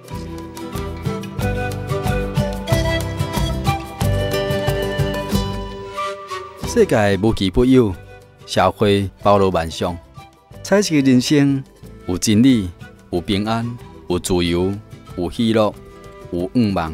世界无奇不有，社会包罗万象。彩色的人生有真理，有平安，有自由，有喜乐，有愿望。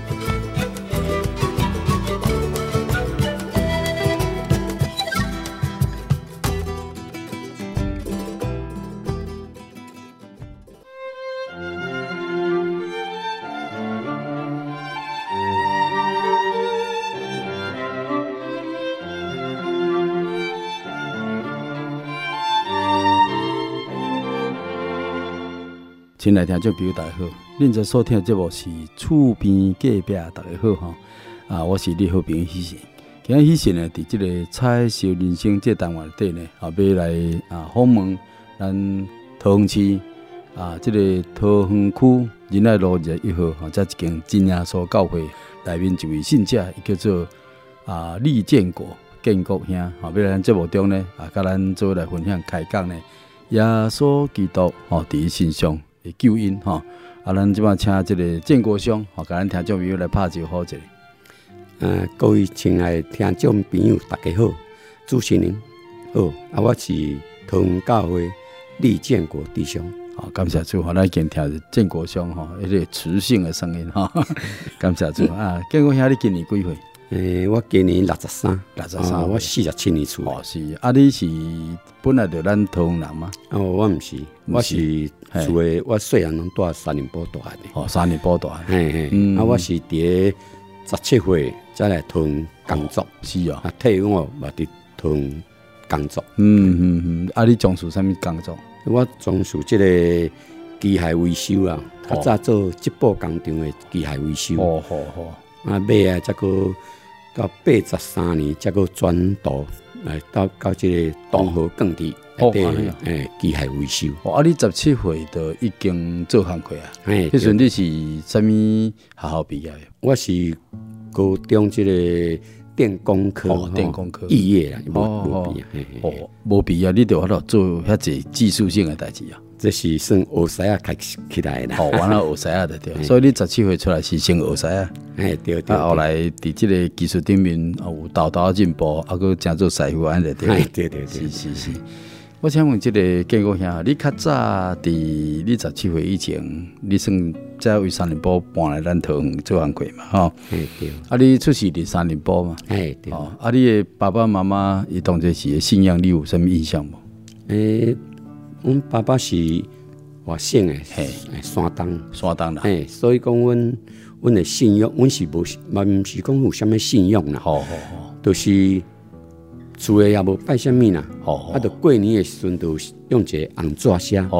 亲爱听众朋友大家好，恁在所听的节目是厝边隔壁，大家好哈。我是你好朋友喜信。今日喜信呢，伫这个彩色人生这单元内底呢，要来访问咱桃园市这个桃园区仁爱路21号这一间真耶稣教会内面一位信者，叫做李建国建国兄。要来咱节目中呢，甲咱做来分享开讲呢，耶稣基督伫身上的救恩咱即摆请这个建国兄甲咱听众朋友来拍招呼一下。 各位亲爱的听众朋友，大家好，主持人好，我是桃园教会李建国弟兄。 好，感谢主，咱今听建国兄迄个磁性的声音感谢主建国兄，你今年几岁？ 我今年63，我47年出。 是你是本来就咱桃园人吗？ 我不是，我是厝的，我细汉拢住三林埔大的。 三林埔大的。 我是伫17岁才来桃园工作。 是退休后嘛伫桃园工作。 你从事什么工作？ 我从事这个机械维修较早做吉宝工厂的机械维修。尾才个到83年，才个转到来到这个东河工地机械维修。 你17岁就已经做工课啊？迄阵你是什么学校毕业的？ 我是高中这个电工科， 电工科毕业啦，无毕业。 无毕业，你就喺度做遐济技术性的代志啊？ 这是算学师开起来的。 完了学师的对。所以你17岁出来是先学师对。 后来伫这个技术顶面有大大进步，佮真做师傅安尼对。 对。 是。我想问这个建国兄，你较早伫你17岁以前，你算在为三林埔搬来咱桃园做工课嘛？ 对。 你出世伫三林埔嘛？ 对。 你的爸爸妈妈伊当作是信仰，你有什么印象无？ 阮爸爸是外省的，山东人，所以讲阮的信仰，阮是无，嘛毋是讲有啥物信仰啦，就是厝诶也无拜啥物啦，就过年的时阵，就用一个红纸写，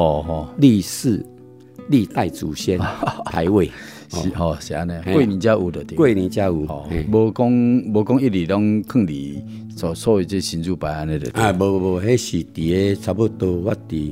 历代祖先牌位。 是安尼，过年才有的对。 过年才有， 无讲一直拢放伫所谓这神主牌安尼的。 无，迄是伫个差不多我伫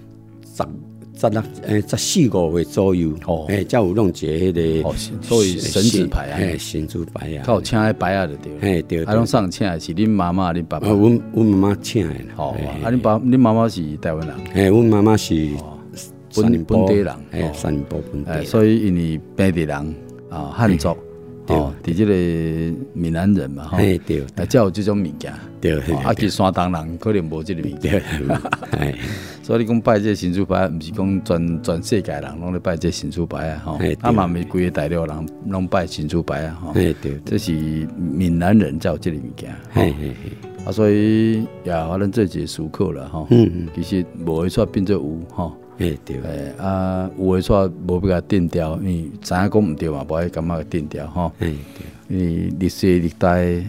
14-15岁左右，才有弄一个迄个所谓神主牌啊， 神主牌啊， 靠请迄牌啊就对。对。拢送请的是恁妈妈、恁爸爸。 阮妈妈请的。 恁妈妈是台湾人。 阮妈妈是。 本地人， 三林埔本地， 所以因为本地人汉族，伫这个闽南人嘛， 对， 才有这种物件， 对， 其实山东人可能无这个物件，所以你讲拜这神主牌，毋是讲全世界人拢咧拜这神主牌啊，嘛咪规个大陆人拢拜神主牌啊， 对， 这是闽南人才有这个物件，所以也反正做一个思考啦，其实无会煞变做有对， 有诶煞无要甲定调，因为知影讲毋对嘛，无爱感觉定调对， 因为历世历代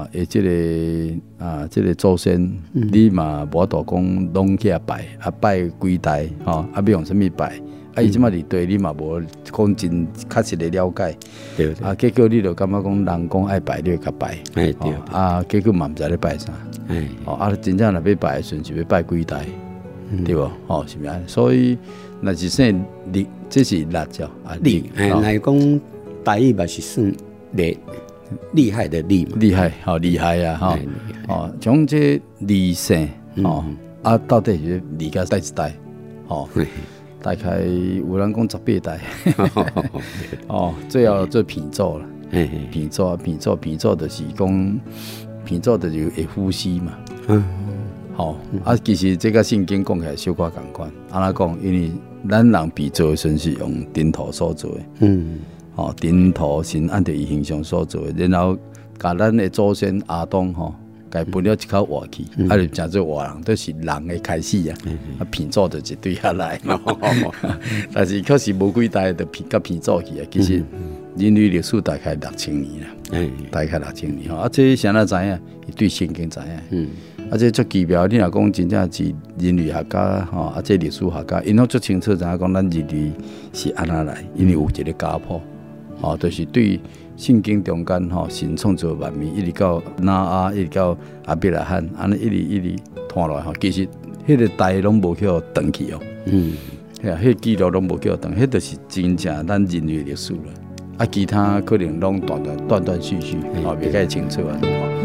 这个祖先，你嘛无法度讲拢去拜，拜几代要用什么拜？伊即马伫对你嘛无讲真确实的了解， 对， 结果你就感觉讲人讲爱拜，你就甲拜， 对， 结果嘛毋知咧拜啥，真正若要拜的时阵是要拜几代？对无？是咪啊？所以那是说历，这是辣椒历。来讲台语嘛是算厉害的厉嘛， 厉害啊！从这历姓到底是历到第一代？ 大概有人讲18代，哦，最后做鼻祖了，鼻祖就是讲鼻祖就是会呼吸嘛，好啊，其实这个圣经讲起来小可同款，安怎讲？因为咱人被造的时阵是用尘土所做的，哦，尘土是按照伊形象所做的，然后甲咱的祖先亚当吼。该分了一口活气，啊，就真做活人，都是人的开始啊。啊，鼻祖就一对下来，但是确实无几代就甲鼻祖去啊。其实人类历史大概6000年啦，大概6000年吼。啊，这谁哪知影？伊对圣经知影。啊，这足奇妙。你若讲真正是人类学家吼，啊，这历史学家，因拢足清楚知影讲咱人类是安怎来，因为有一个家谱，吼，就是对。圣经中间吼，神创造万物，一直到挪亚，一直到亚伯拉罕，安尼一直拖落来吼。其实迄个代拢无叫断去哦。迄个记录拢无叫断，迄就是真正咱人类历史了。啊，其他可能拢断续续，哦，袂解清楚啊。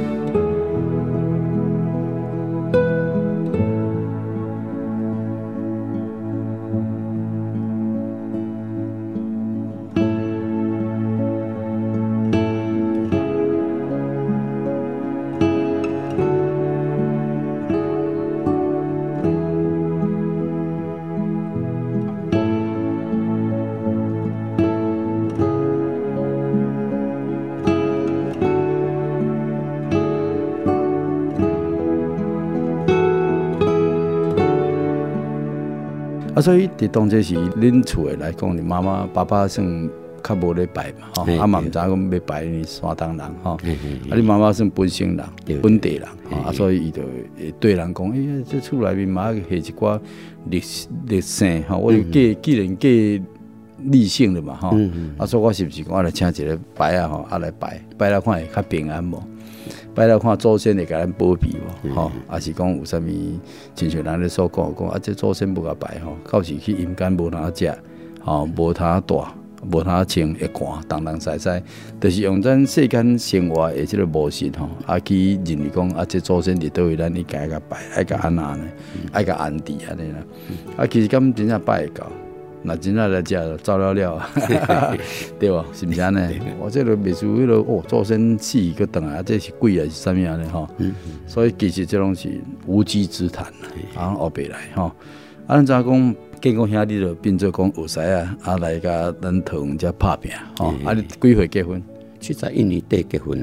啊，所以伫当这是恁厝诶来讲，你妈妈、爸爸算较无咧拜嘛，吼，啊嘛毋知讲要拜你山东人，吼，啊你妈妈算本省人、本地人，啊，所以伊就会对人讲，哎，这厝内面嘛下一寡历史，吼，我就既然立性的嘛，吼，啊，所以我是不是讲我来请一个拜啊，吼，啊来拜来看会较平安无？拜来看祖先会甲咱保庇无？吼，啊是讲有啥物？亲像人咧所讲啊，这祖先无甲拜吼，到时去阴间无通食，吼，无通住，无通穿，会寒，东西西，就是用咱世间生活的即个模式吼，啊去认为讲啊，这祖先伫倒位，咱应该甲拜，爱甲安那呢，爱甲安置安尼啦。啊，其实敢真正拜会到。那真正来食走了，对吧？是不是安尼？我这个秘书迄个哦，祖先死个等来，这是鬼还是啥物安尼吼？所以其实这拢是无稽之谈啦，后白来吼。啊，咱怎讲？建国兄弟就变做讲学师啊，来甲咱桃园遮拍拼吼。啊，你几岁结婚 ？71年底结婚啦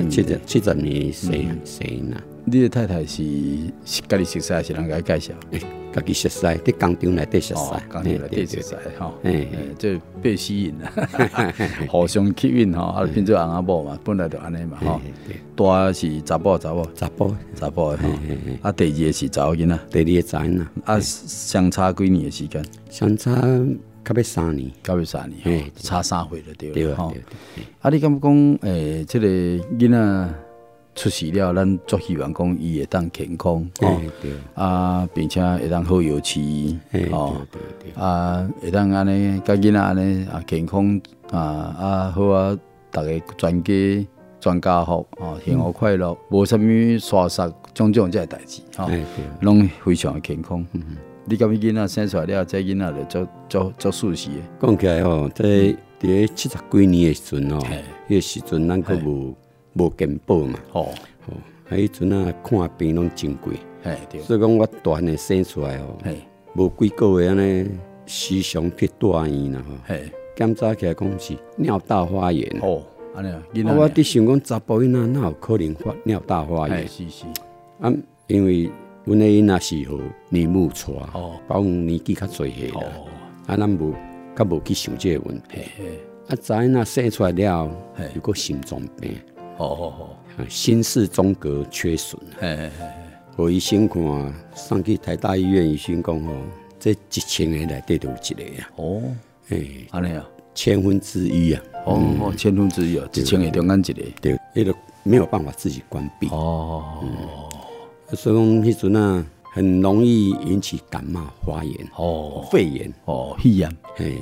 ，70年生啦。 你的太太是家己熟悉，还是人家介绍？ 家己熟悉，伫工厂内底熟悉， 工厂内底熟悉吼。这被吸引啦，互相吸引吼，啊，变做翁仔某嘛，本来就安尼嘛吼。大是查甫的吼。啊，第二个是查某囡仔， 第二个查囡仔。 啊，相差几年的时间？ 相差较要3年， 差3岁就对了吼。啊，你敢讲这个囡仔？出世了，咱足希望讲伊会当健康，啊，并且会当好有饲，啊，会当安尼，甲囡仔安尼啊健康啊好啊，大家全家福幸福快乐，无啥物刷杀种这个代志，拢非常健康。你感觉囡仔生出来了，这囡仔就足舒适的。 讲起来吼，在伫70几年的时阵吼，迄个时阵咱佫无健保嘛，迄阵啊看病拢真贵，所以讲我大汉生出来无几个月安尼，时常去大医啦检查起来讲是尿道发炎。 安尼啊， 我伫想讲查甫囡仔哪有可能发尿道发炎？ 是。 啊，因为阮的囡仔是互年母带，保养年纪较侪岁啦，啊，咱较无去想这个问题。啊，查囡仔生出来了，有个心脏病。心室中隔缺损，互医生看，送去台大医院，医生讲这1000个内底就有一个啊。 安尼啊 ，1/1000啊。 1/1000啊，1000个中间一个。 对，那个没有办法自己关闭。所以讲迄阵啊，很容易引起感冒、发炎、肺炎、 肺炎。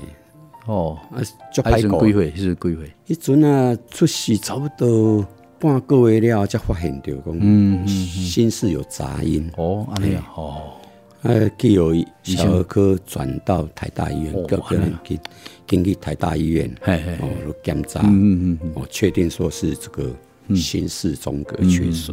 足歹过。 迄阵几岁？ 迄阵啊，出世差不多半个月了，才发现到讲，心室有杂音。 安尼啊， 去由小儿科转到台大医院，经去台大医院检查，确定说是这个心室中隔缺损。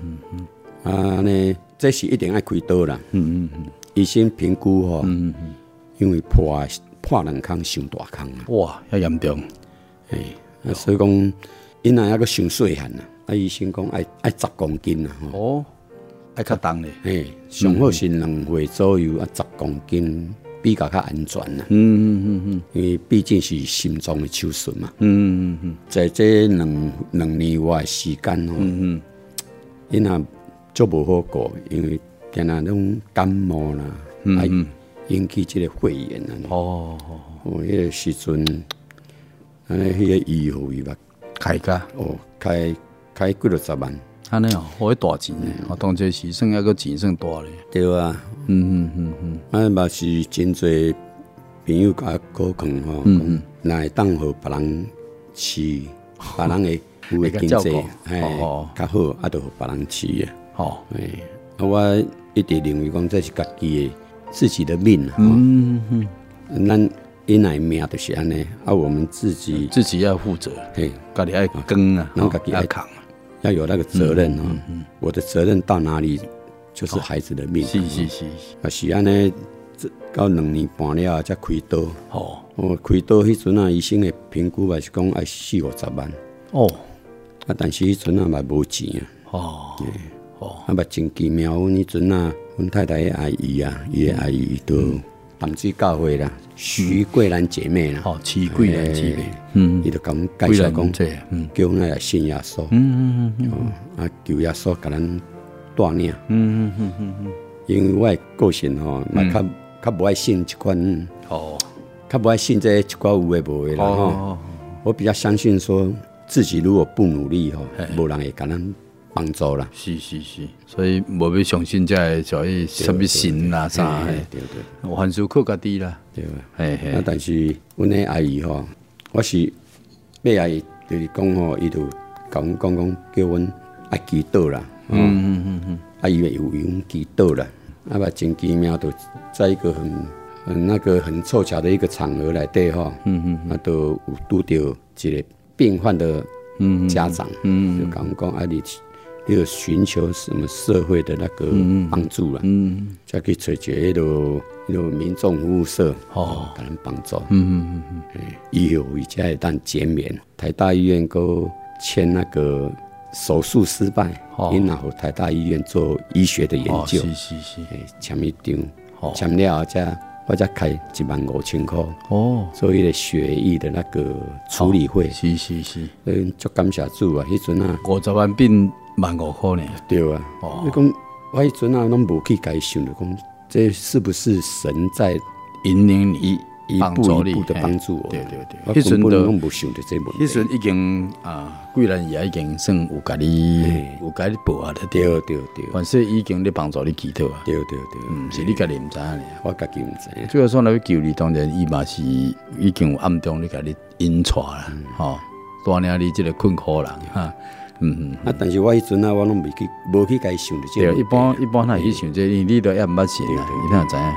这是一定要开刀啦。医生评估因为破两孔伤大孔啊。 哇，遐严重。 所以讲，因若还阁伤细汉啊，医生讲爱10公斤啊。 爱较重咧。 上好是2岁左右啊，10公斤比较安全啦。因为毕竟是心脏的手术嘛。在这两年外的时间因若足无好过，因为定那种感冒啦，引起这个肺炎啊。迄个时阵，迄个医护伊嘛开价开几落10万。 安尼好大钱咧，当这时算还个钱算大咧。 对啊，嘛是真侪朋友甲我讲吼，若会当互别人饲，别人会有诶经济，较好，啊，就互别人饲啊。我一直认为讲这是家己的自己的命咱因来命就是安尼，我们自己要负责，家己爱耕啊， 家己爱扛。要有那个责任我的责任到哪里，就是孩子的命。是。是安尼，到2年半了才开刀。开刀迄阵医生的评估也是讲要40-50万。但是迄阵嘛无钱啊。嘛真奇妙，阮迄阵阮太太的阿姨啊，伊的阿姨都淡水教会啦，徐桂兰姐妹啦， 徐桂兰姐妹， 伊就甲阮介绍讲，叫阮来信耶稣，求耶稣甲咱带领，因为我的个性嘛较无爱信这款，较无爱信这一寡有诶无诶啦我比较相信说自己如果不努力无人会甲咱帮助啦。 是，所以无要相信这所谓什么神啦啥的，对，凡事靠家己啦， 对吧？但是阮的阿姨我是要阿姨就是讲伊就甲阮讲叫阮爱祈祷啦，阿姨有用祈祷啦，真奇妙，就在一个很凑巧的一个场合内底都有拄到一个病患的家长，就甲阮讲你有寻求什么社会的那个帮助啦，才去找一个民众服务社，给人帮助。以后伊才会当减免。台大医院都签那个手术失败，因然后台大医院做医学的研究，签一张，签了我才开15000块，做一个血液的那个处理费。 是， 所以足感谢主啊！迄阵 50万变15000块呢。 对啊，你讲我迄阵拢无去解想的，讲这是不是神在引领你？ 一步一步的帮助我。 对， 我根本拢无想到这问题。 迄阵已经桂兰也已经算有家己报啊了。对，凡是已经咧帮助你祈祷啊。 对， 是你家己唔知呢。 我家己唔知。 最后说来求你，当然伊嘛是已经有暗中咧家己引带啦，带领你这个困苦人哈。 但是我迄阵我拢无去解想的这个。 对，一般那去想这，你都也唔捌信啦，你哪知影？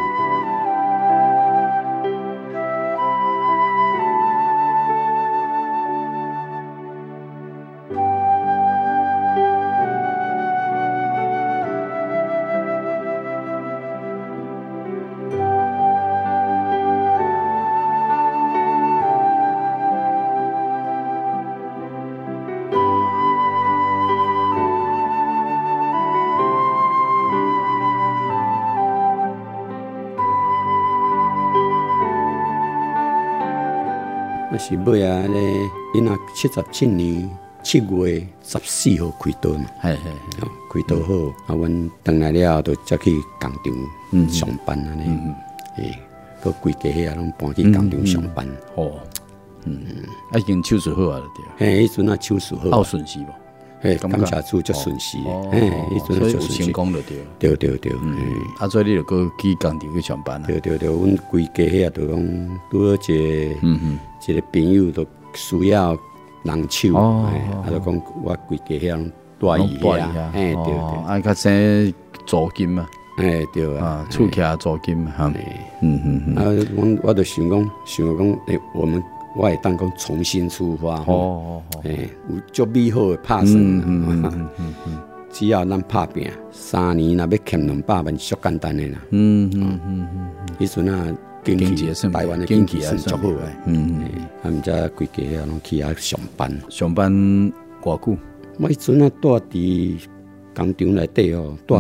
是尾啊咧，因77年7月14号开刀嘛，开刀好，阮回来了就再去工厂上班安尼，个规家遐拢搬去工厂上班。 已经手术好啊，对。 迄阵手术好， 顺势无？ 感谢主足顺势的，迄阵就成功了对。 对， 所以你就搁去工厂去上班啊？ 对，阮规家遐就讲拄好一个朋友都需要人手，就讲我规家遐带伊遐， 对，较生租金嘛， 对啊， 厝徛租金哈， 我就想讲，我会当讲重新出发，有足美好的拍算，只要咱拍拼，3年若要欠200万，足简单的啦，迄阵啊，经济台湾的经济算足好诶，毋知规家拢去遐上班， 偌久？ 我迄阵啊，住伫工厂内底哦，住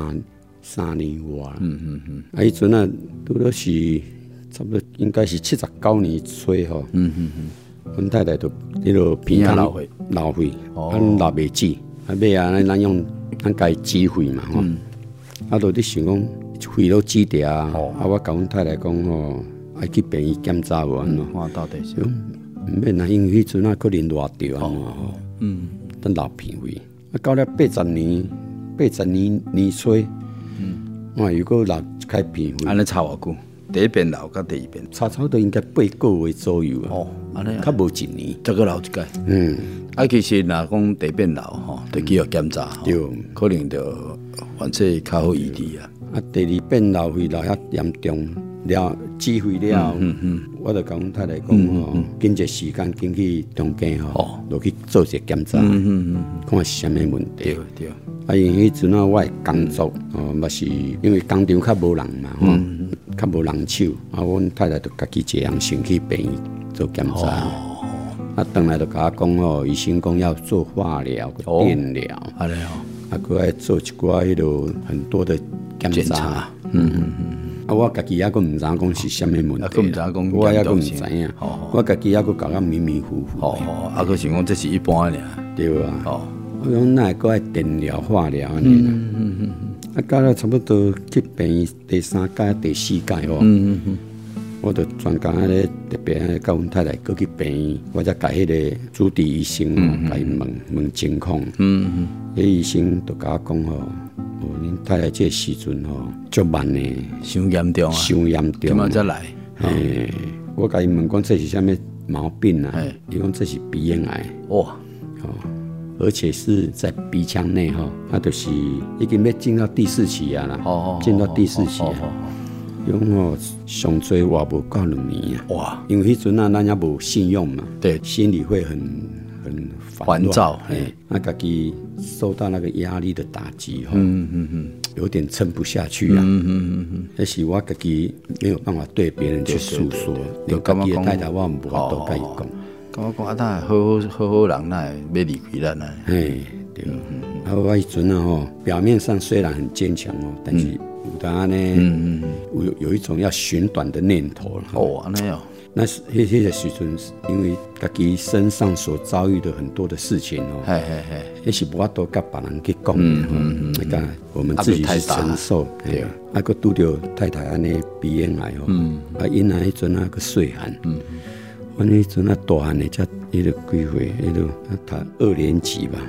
3年外，迄阵啊，拄到是。差不多应该是79年初吼，阮太太就迄落偏袒老费，咱老袂止，尾啊咱用咱家积费嘛吼，就伫想讲费都止掉我甲阮太太讲吼，爱去病院检查无安怎？ 到底是毋免啦，因为迄阵啊可能热着安怎咱老偏费，到了80年年初，又搁老开偏费， 安尼差偌久？第一遍老甲第二遍， 差不多应该8个月左右啊。 安尼较无1年， 再个老一届。其实若讲第一遍老吼，得去要检查，可能就反正较好医治啊。 第二遍老肺老遐严重了，止肺了，我就甲阮太太讲吼，紧一时间紧去中间吼，落去做一个检查，看是啥物问题。 对。 因为迄阵啊，我的工作嘛是因为工厂较无人嘛吼。较无人手，阮太太就家己一个人先去病院做检查，转来就甲我讲吼，医生讲要做化疗、电疗，佮爱做一寡迄落很多的检查，我家己抑佫毋知影讲是啥物问题，我抑佫毋知影，我家己抑佫搞到迷迷糊糊， 佫想讲这是一般尔， 对啊，我讲哪会佫爱电疗、化疗安尼啦。到了差不多去病院第3届、第4届我就专工咧特别甲阮太太过去病院，我才甲迄个主治医生甲伊问情况。迄医生就甲我讲吼，恁太太这个时阵吼足慢诶， 伤严重啊，今晚才来。 我甲伊问讲这是啥物毛病啊？伊讲这是鼻咽癌。哇！而且是在鼻腔内哈，就是已经要进到第4期啊啦，进到第4期啊，用上最话无到2年啊，哇！因为迄阵啊，咱也无信用嘛，对，心里会很烦躁， 家己受到那个压力的打击哈，有点撑不下去啊，那是我家己没有办法对别人去诉说，有家己的太太我无法度甲伊讲。 我讲他好人，那要离开咱啊。 对。我迄阵啊表面上虽然很坚强但是有当呢，有一种要寻短的念头了。 安尼哦。 那是迄个时阵，因为家己身上所遭遇的很多的事情那是无法度甲别人去讲的我们自己去承受。对。佫拄着太太安尼鼻咽癌因迄阵佫细汉。阮迄阵大汉的才迄个几岁，迄个读2年级吧。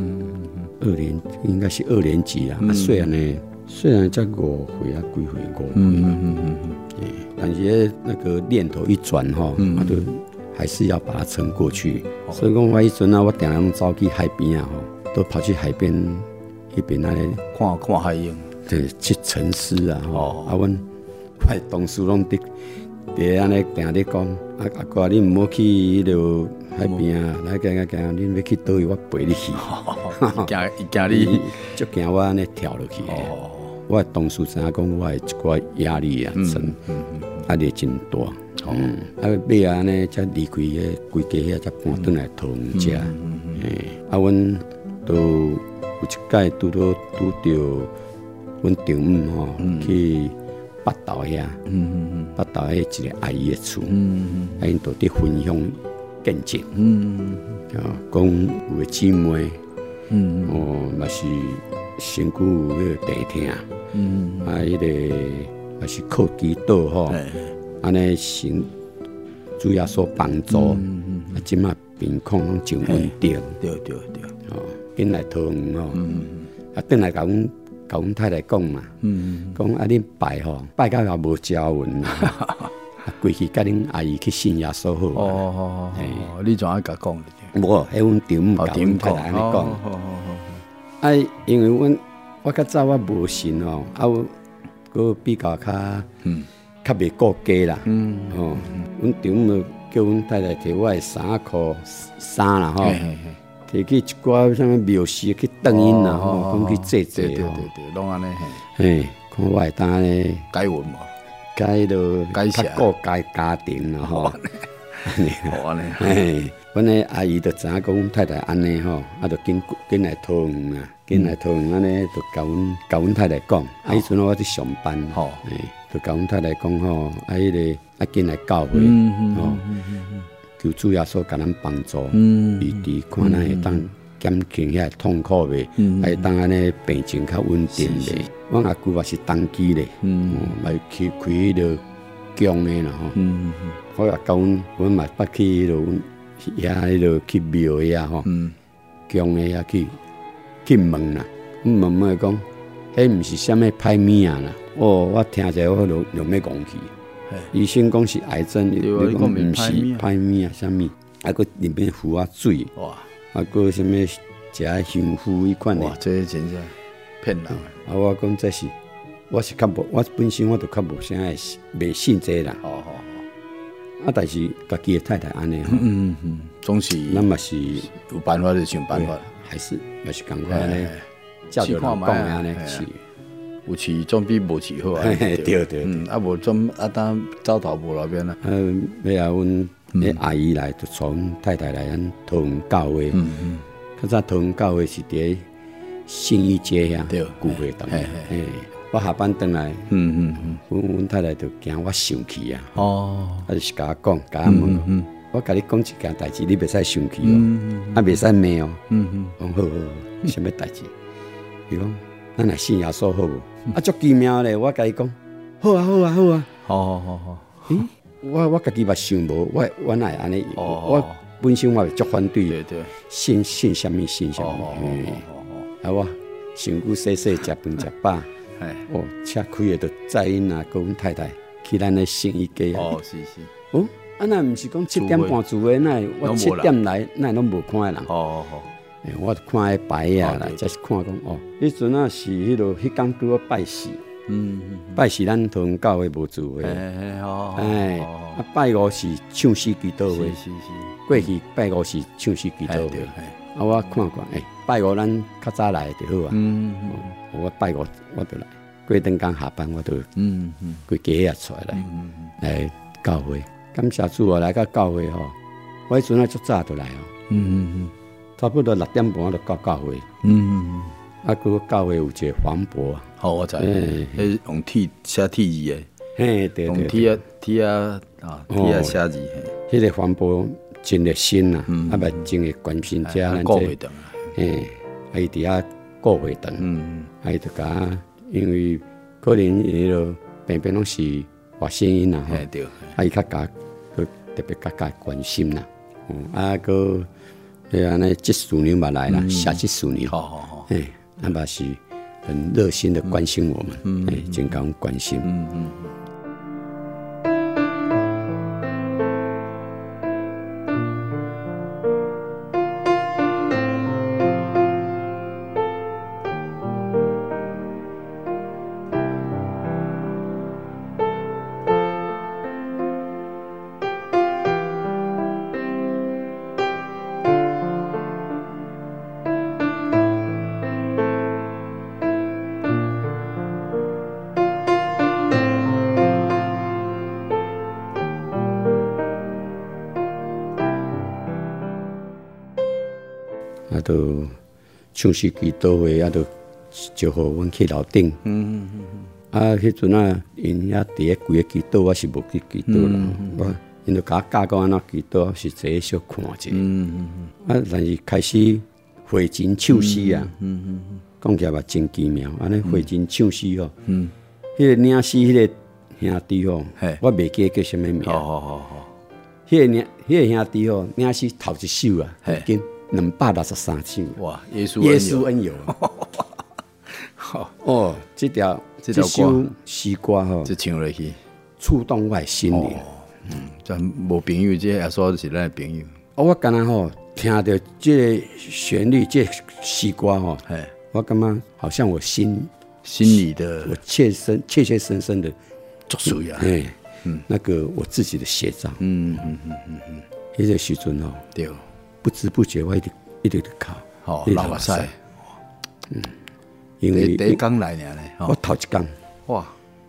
应该是2年级啦。虽然才5岁几岁5岁。但是那个念头一转就还是要把它撑过去。所以讲我迄阵我定常走去海边都跑去海边那边看海洋， 对，去沉思啊。阮同事拢伫安尼定咧讲，哥你毋好去迄落海边来行，恁要去倒位，我陪你去。 惊你， 就惊我安尼跳落去。我同事知影讲，我一寡压力压力真大。尾呢才离开规家才搬转来桃园遮。阮都有一届拄着阮丈母去。北投遐，北投迄一个阿姨的厝，因都伫分享见证，讲有个姊妹，嘛是身躯有迄个地疼，迄个也是靠祈祷安尼神主要所帮助，即马病况拢真稳定，对，紧来桃园转来甲阮太太讲嘛，讲恁拜到也无交文，过去甲恁阿姨去信耶稣好。 你怎爱甲讲？ 无，迄阮丈母甲阮太太安尼讲。因为我较早我无信个比较较袂顾家啦。阮丈母叫阮太太摕我的衫裤衫啦吼，摕去一寡啥物庙寺去炖因啦吼，讲去祭祭吼。 对，拢安尼嘿，看我会当咧改运嘛， 改到较顾家庭啦吼。 安尼， 嘿，阮的阿姨就知影讲阮太太安尼吼，就紧来讨园啊，紧来讨园安尼，就甲阮太太讲，迄阵我伫上班，就甲阮太太讲吼，迄个紧来教会，求主耶稣甲咱帮助，异地看咱会当减轻遐痛苦袂，会当安尼病情较稳定咧。阮阿舅也是当机咧，来去开迄个宫诶啦吼。我也教阮嘛捌去迄落遐迄落去庙遐吼，宫诶遐去问啦，问讲，迄毋是啥物歹物啊啦。我听者我就要讲去。医生讲是癌症，你讲毋是歹物啊，啥物？啊，佮里面浮啊水，啊，佮啥物食香菇迄款诶。 哇，这真是骗人。 啊，我讲这是，我是较无，我本身我就较无啥会袂信这啦。啊，但是家己的太太安尼吼， 总是咱嘛是有办法就想办法， 还是嘛是共款安尼，照着人讲的安尼是， 有饲总比无饲好啊。 对， 啊无总当走投无路边啦。 要啊，阮迄阿姨来就带阮太太来咱桃园教会，较早桃园教会是伫信义街遐，旧会堂。我下班回来，阮太太就惊我生气啊，啊就是甲我讲，甲我问，我甲你讲一件代志，你袂使生气哦，啊袂使骂哦，讲好，啥物代志？伊讲，咱来信耶稣好无？啊足奇妙咧，我甲伊讲，好啊， 好， 我家己嘛想无，我哪会安尼？我本身我足反对，信啥物信啥物，啊我身躯洗食饭食饱。车开的就载因啊，跟阮太太去咱的信义街啊。 是。 啊那毋是讲7点半住的，那我7点来，那拢无看的人。我就看迄牌啊啦，才是看讲迄阵啊是迄落迄天拄好拜四，拜四咱桃园教会无住的，啊拜五是唱诗祈祷会，过去拜五是唱诗祈祷会。啊，我看拜五咱较早来就好啊。我拜五我就来，过顿工下班我就规家也出来来教会。感谢主啊，来到教会吼，我迄阵啊足早就来哦。差不多6点半我就到教会。啊，个教会有一个黄伯啊。 好，我知。迄用铁写铁字的。 嘿，对。 用铁啊写字。 迄个黄伯真热心啊，啊，嘛真会关心遮咱这。嘿，伊伫遐顾会堂。伊就甲，因为可能迄落平拢是外省人啦吼。啊，伊较甲，特别甲关心啦。啊，个安尼这4年嘛来啦，下这4年。好。嘿，啊嘛是很热心的关心我们，真甲阮关心。啊，都唱诗祈祷会，啊，都就互阮去楼顶。啊，迄阵啊，因遐伫个规个祈祷，我是无去祈祷啦。因就甲我教讲安怎祈祷，是坐咧小看者。啊，但是开始会真唱诗啊。讲起来嘛真奇妙，安尼会真唱诗吼。迄个领诗，迄个兄弟吼，我袂记叫啥物名。迄个兄弟吼，领诗头一首啊，已经263首。 哇！耶稣恩友。哦，这首诗歌吼， 就唱落去， 触动我的心灵。 咱无朋友，这耶稣就是咱的朋友。 我刚刚吼听到这个旋律，这诗歌吼，我感觉好像我心心里的， 我切切深深的作祟啊， 那个我自己的写照，那个时阵哦， 对， 不知不觉我一直考， 老哇塞， 因为第一天来呢， 我头一天， 哇，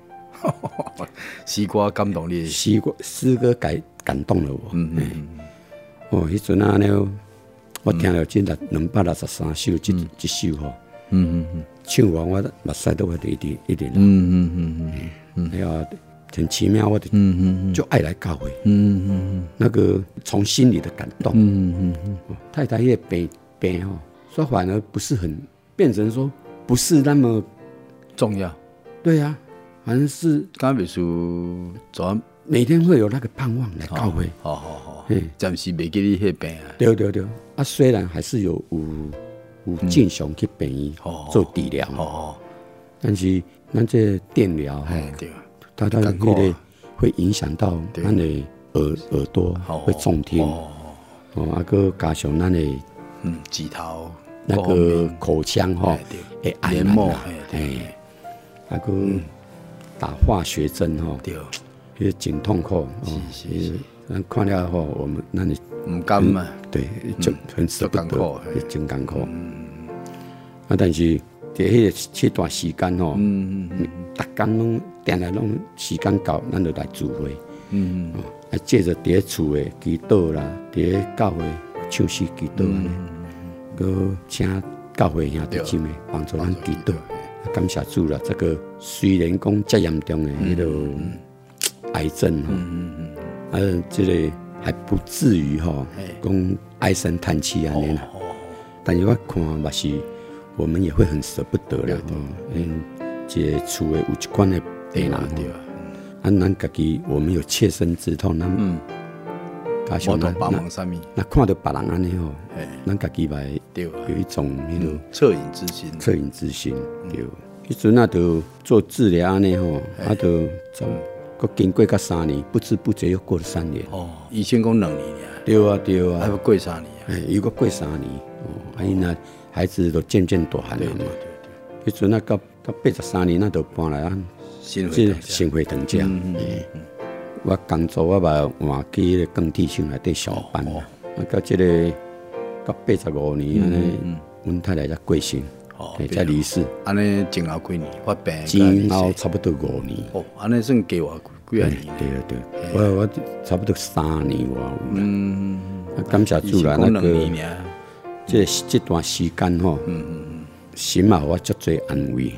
诗歌感动你， 诗歌感动了我，迄阵啊呢，我听了这263首，这首吼，唱完我目屎都会一直流，哎呀，很奇妙，我就爱来教会，那个从心里的感动，太太也病吼，说反而不是很变成说不是那么重要， 对啊，反正是刚秘书转每天会有那个盼望来教会， 暂时袂记你迄病啊， 对，啊，虽然还是有正常去病院做治疗，但是咱这电疗它那个会影响到咱的耳朵会重听，啊个加上咱的指头那个口腔会黏膜，那个打化学针对，也真痛苦是。看了后，我们那里唔甘嘛， 对，就很舍不得，也真艰苦。啊，但是在这段时间逐天拢定来拢时间到，咱就来聚会。啊，借着伫厝的祈祷啦，伫教会唱诗祈祷安尼，佮请教会兄弟姐妹帮助咱祈祷。感谢主啦，这个虽然讲遮严重的迄个癌症这个还不至于讲唉声叹气安尼啦。但是我看嘛是，我们也会很舍不得了。这厝的有一款的病人，咱家己我们有切身之痛，加上那看到别人安尼咱家己嘛有一种那种恻隐之心， 对。迄阵就做治疗安尼就佮经过3年，不知不觉又过了3年。 以前讲2年对啊， 还要过3年又过3年，因那孩子都渐渐大汉了嘛。迄阵到83年，就搬来新会堂家。我工作我嘛换去个工地厂内底上班，到这个到85年安尼，阮太太才过身。才离世， 安尼前后几年发病， 前后差不多5年。 安尼算加我几啊年？ 对，我差不多3年哇。感谢主啦，那个这段时间心嘛我足多安慰。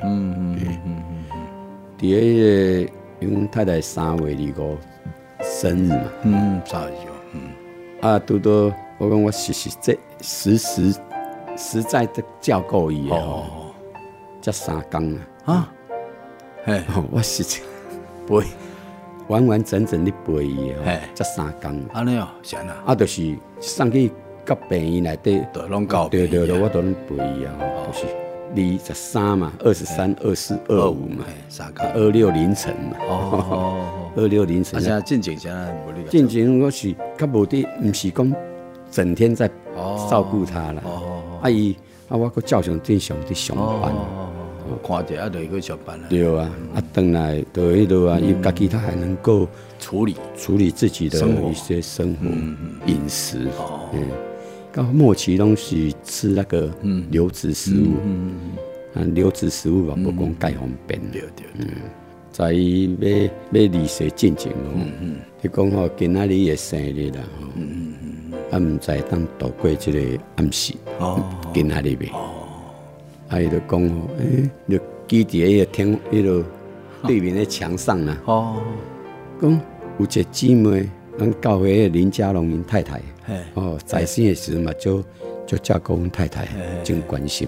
伫个阮太太3月25生日嘛 3月25， 拄到我讲我实在的照顾伊才3天我是陪完整的陪伊才3天。 安尼是安那？ 就是送去到病院内底， 拢到对，我都拢陪伊就是23嘛，23、24、25嘛 ，3天 ，26凌晨嘛，26凌晨。 现在进前啥无你？ 进前我是较无滴，唔是讲整天在照顾他啦。我搁照常正常伫上班， 看着就去上班啦。 对啊，回来就迄度伊家己他还能够处理自己的一些生活饮食。到末期拢是吃那个流质食物，流质食物嘛，无讲介方便。 对。 在伊要离世进前你讲今仔日的生日啦唔知当度过这个暗时今仔日伊就讲就记伫迄个天迄个对面的墙上啦讲有一个姊妹，咱教会的林家龙因太太在生的时嘛就照顾阮太太，真关心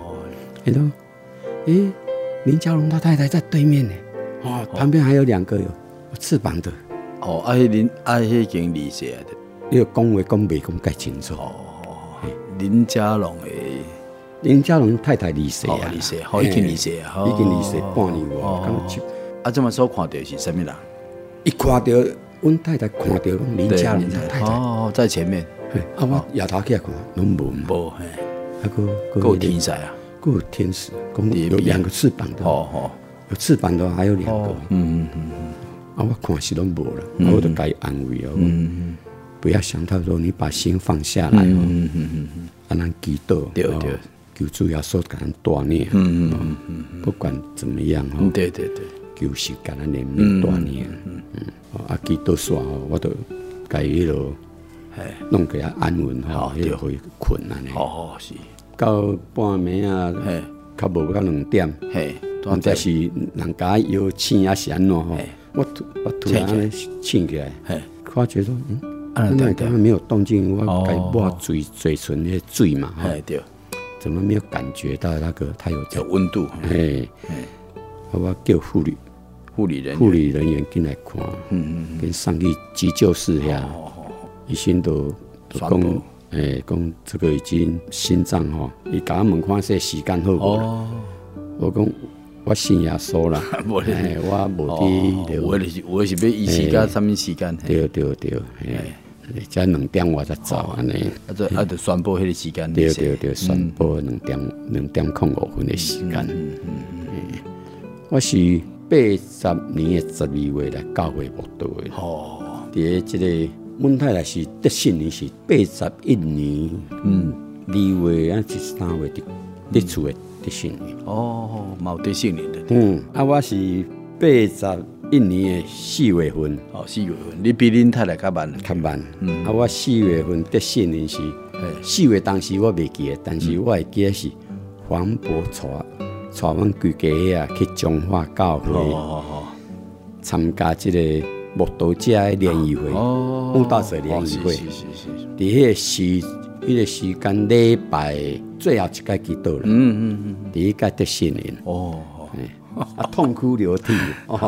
林家龙他太太在对面呢。旁边还有2个有翅膀的。 迄已经离世啊。 你讲话讲袂讲介清楚。 林家龙太太离世啊， 已经离世半年外。 这么所看到是什么人？ 一看到阮太太看到林家龙太太在前面。 我摇头起来看，拢无。 有天使啊。 还有天使，有2个翅膀的，有翅膀的还有2个，我看是拢无了，我就该安慰啊，不要想太多，你把心放下来，咱祈祷，对，求主耶稣给咱锻炼，不管怎么样， 对， 求神给咱怜悯锻炼，祈祷煞我都该迄落。弄给他安稳吼，伊就会困安尼。是。到半暝啊，较无到2点，或者是人家摇醒啊是安怎吼？我突然安尼醒起来，发觉说，因为刚刚没有动静，我该抹嘴唇那水嘛， 对。 怎么没有感觉到那个它有温度？ 我叫护理人员进来看，跟上去急救室遐。医生都讲，讲这个已经心脏吼，伊甲我问看说时间好无？我讲我信耶稣啦，我无伫。 我是要医师甲什么时间？ 对，才2点我才走安尼。 就宣布迄个时间。 对，宣布2点05分的时间。我是80年的12月来教会牧道的。伫这个。阮太太是得信年是81年，2月啊13月得厝的得信年。 冇得信年的。 我是81年的4月份。 4月份，你比恁太太较慢。 我4月份得信年是4月当时我袂记的，但是我会记得是黄伯带阮规家去中华教会参加这个。牧道者的联谊会，慕道者联谊会，伫迄个时间礼拜最后一届祈祷了，第一届得信年，痛哭流涕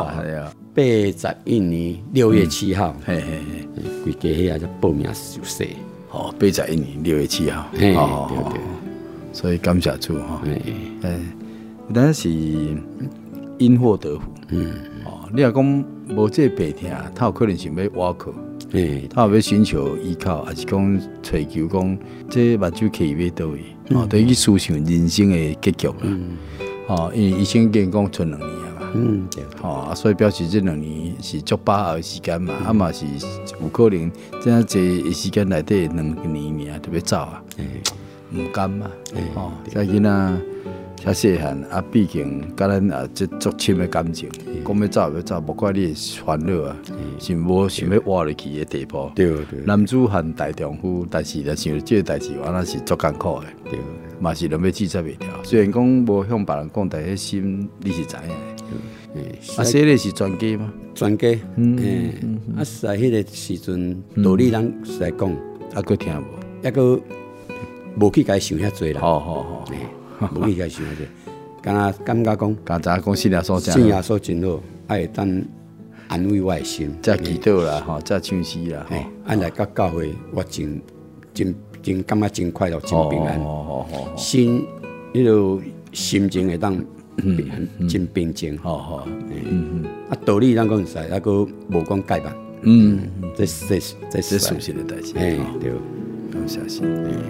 ，81年6月7号，规家遐就报名受洗 ，81年6月7号，对，所以感谢主哈，但是因祸得福，你若讲无这病痛，他有可能是要挖靠，他有要寻求依靠，还是讲追求讲这目睭可以要倒位，对于思想人生的结局啦，因为医生跟讲剩2年嘛，所以表示这2年是足把握的时间嘛，嘛是有可能这样这时间内底2年就要走啊，唔甘嘛，这囡仔。较细汉毕竟甲咱这足深的感情，讲要走要走，无怪你烦恼啊，是无想要活入去的地步。 对， 男子汉大丈夫，但是若想这个代志，完那是足艰苦的。 对， 嘛是人要记载袂了。虽然讲无向别人讲，但迄心你是知影。说的是专家吗？ 专家，实在迄个时阵道理咱实在讲， 还听无？ 还个无去甲伊想遐多啦。 好。 无去甲想者，感觉讲， 刚才讲信耶稣真好，会当安慰我的心， 再祈祷啦，再唱诗啦， 来到教会，我真感觉真快乐，真平安，心迄个心情会当真平静，道理咱讲使，还个无讲改版，这属实的代志， 对， 感谢神。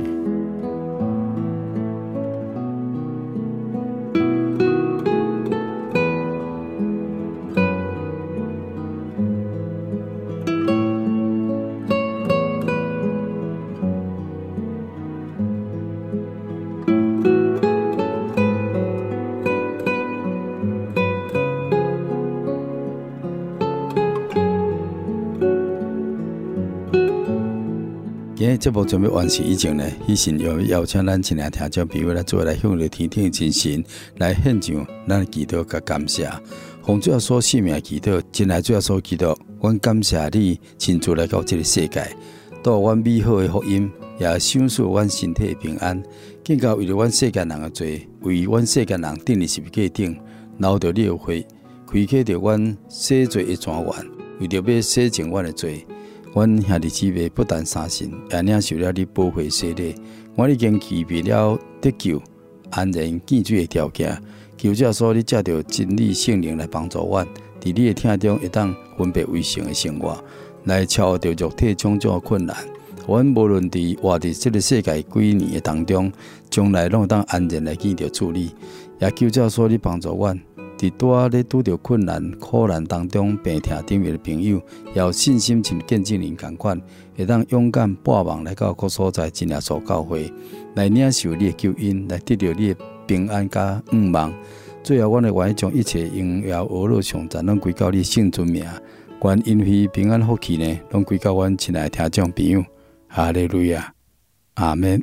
今日节目准备完成以前呢，迄时要邀请咱亲爱听众朋友来做来向着天天真神来献上咱的祈祷甲感谢。奉主耶稣性命祈祷，真爱主耶稣祈祷，阮感谢你亲自来到这个世界，带阮美好的福音，也享受阮身体的平安，更加为了阮世间人的罪，为阮世间人顶立十字架顶，留着你的血，开启着阮洗罪的泉源，为着要洗净阮的罪。阮兄弟姊妹不但相信，也领受了你宝血洗礼。阮已经具备了得救、安然见主的条件。求主耶稣你借着真理圣灵来帮助阮，伫你的听中会当分别为圣的生活，来超越着肉体种种的困难。 阮无论伫活伫这个世界几年的当中，将来拢当安然来见着处理。也求教唆你帮助阮，伫拄咧拄着困难、苦难当中病痛顶面的朋友，也有信心像见证人共款，会当勇敢跋网来到各所在真耶稣教会，来领受你的救恩，来得到你的平安甲愿望。最后，阮会愿意将一切荣耀、恶乐、上赞，拢归到你圣尊名。愿因为平安福气呢，拢归到阮亲爱的听众朋友。哈利路亚，阿门。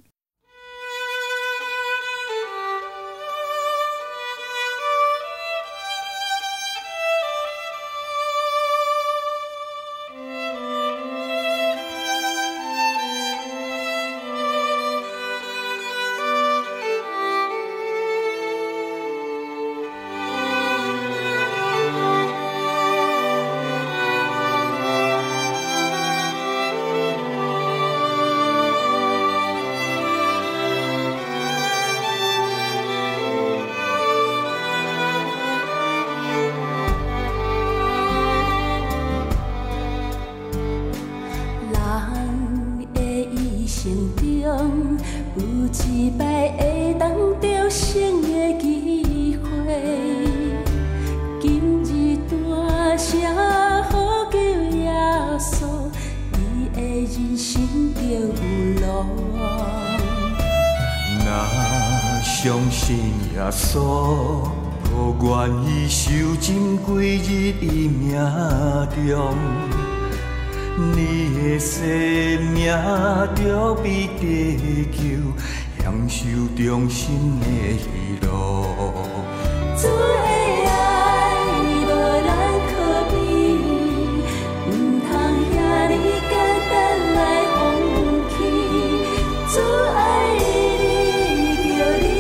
相信耶稣，可愿意受浸几日伊命中，你的生命就必得救，享受终身的喜乐。主的爱无人可比，唔通遐尼简单来放弃。主爱你，叫你。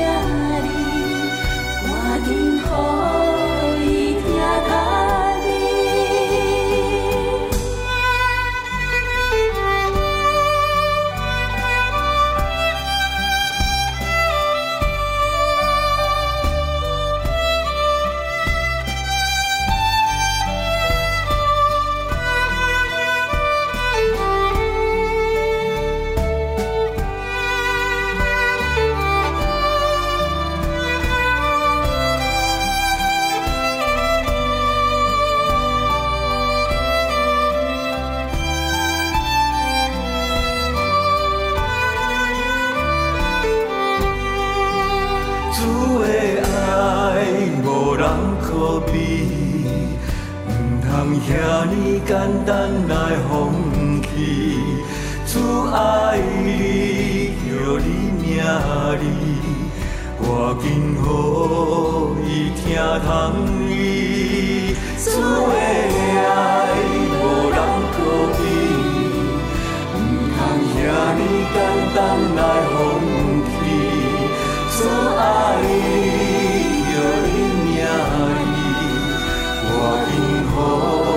遐尼简单来放弃，主爱你，叫你名字，赶紧予伊听通伊。主的爱无人可比，唔通遐尼简单来放弃。主爱你，叫你名字，赶紧予。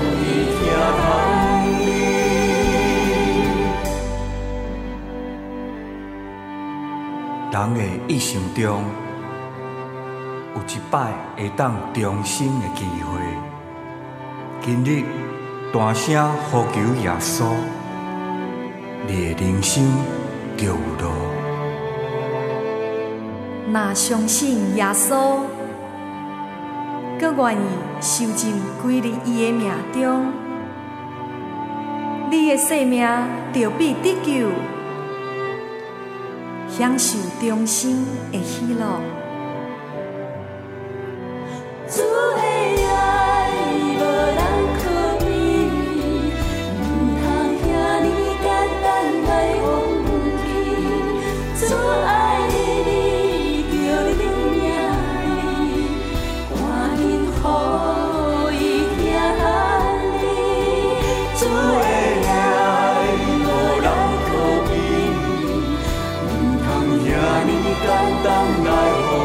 人的一生中，有一摆会当重生的机会。今日大声呼求耶稣，你的人生就有路。 若相信耶稣，佮愿意受尽归入伊的命中，你的生命就必得救。享受终身的喜乐。主的爱无人可比，唔通遐尼简单来放弃。主爱你，叫你名字，赶紧予伊听你。主的爱无人可比。简单来。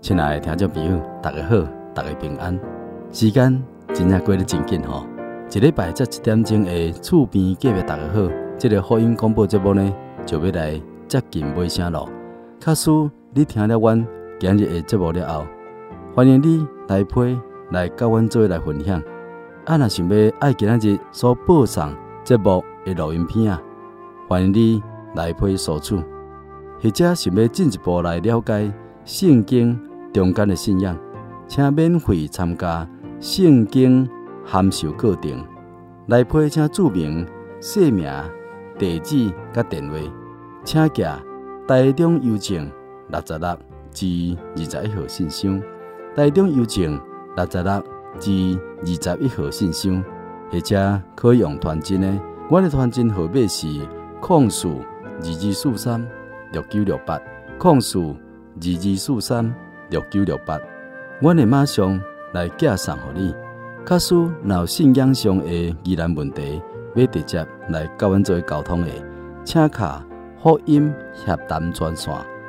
亲爱的听众朋友，大家好，大家平安。时间真正过得真紧吼，一礼拜才1点钟的厝边隔壁大家好，这个福音广播节目呢，就要来接近尾声咯。假使你听了阮今日的节目了后，欢迎你来陪来跟阮做来分享。若想要爱今仔日所播送节目的录音片啊，欢迎你来陪索取，或者想要进一步来了解圣经中间的信仰，请免费参加圣经函授课程。来陪请注明姓名、地址甲电话，请寄台中邮政66至21号信箱，台中邮政66至21号信箱，或者可以用传真的，我的传真号码是0422436968，0422436968，我会马上来寄送给你。假使有信仰上的疑难问题，要直接来跟阮做沟通的，请卡福音协谈专线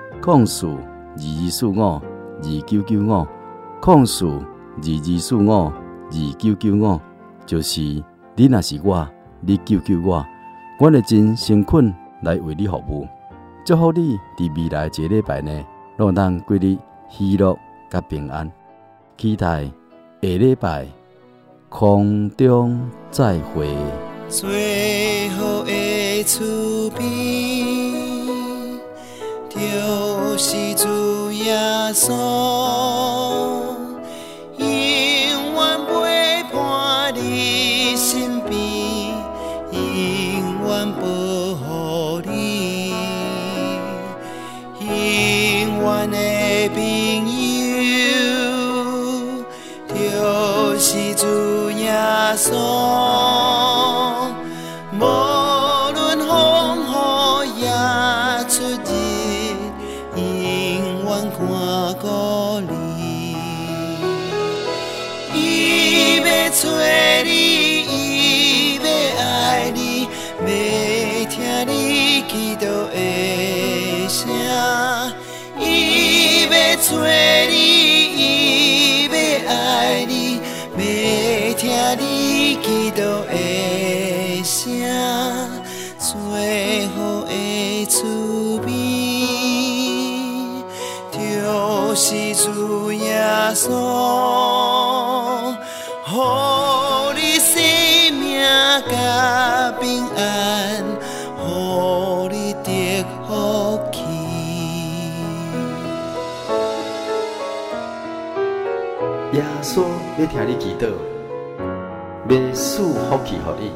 ，0422452995，0422452995，就是你若是我，你救我，我会真诚恳来为你服务。祝福你伫未来一个礼拜内，让咱过日喜乐甲平安。期待下礼拜空中再会。 最后的厝边，就是主耶稣，永远陪伴你身边，永远保护你，永远的朋友，就是主耶稣。无论风雨也出日，永远看顾你。伊要找你，伊要爱你，要听你祈祷的声。伊要找你，伊要爱你，要听你祈祷的声。最好的厝边，就是主耶稣，予你生命甲平安，予你得福气。 耶稣要听你祈祷，要赐福气予你。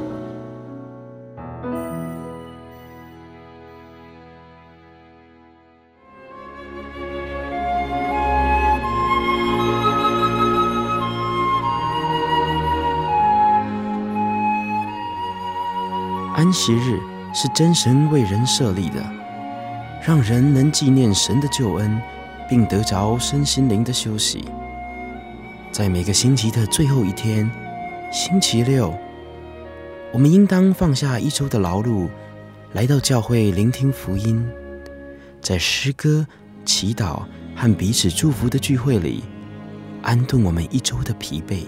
安息日是真神为人设立的，让人能纪念神的救恩，并得着身心灵的休息。在每个星期的最后一天，星期六，我们应当放下一周的劳碌，来到教会聆听福音，在诗歌、祈祷和彼此祝福的聚会里，安顿我们一周的疲惫。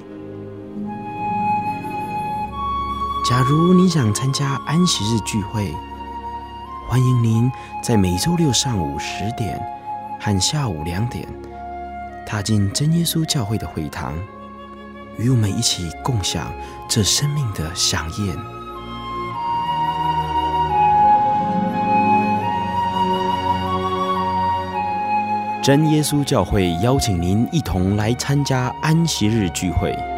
假如你想参加安息日聚会，欢迎您在每周六上午10点和下午2点踏进真耶稣教会的会堂，与我们一起共享这生命的飨宴。真耶稣教会邀请您一同来参加安息日聚会。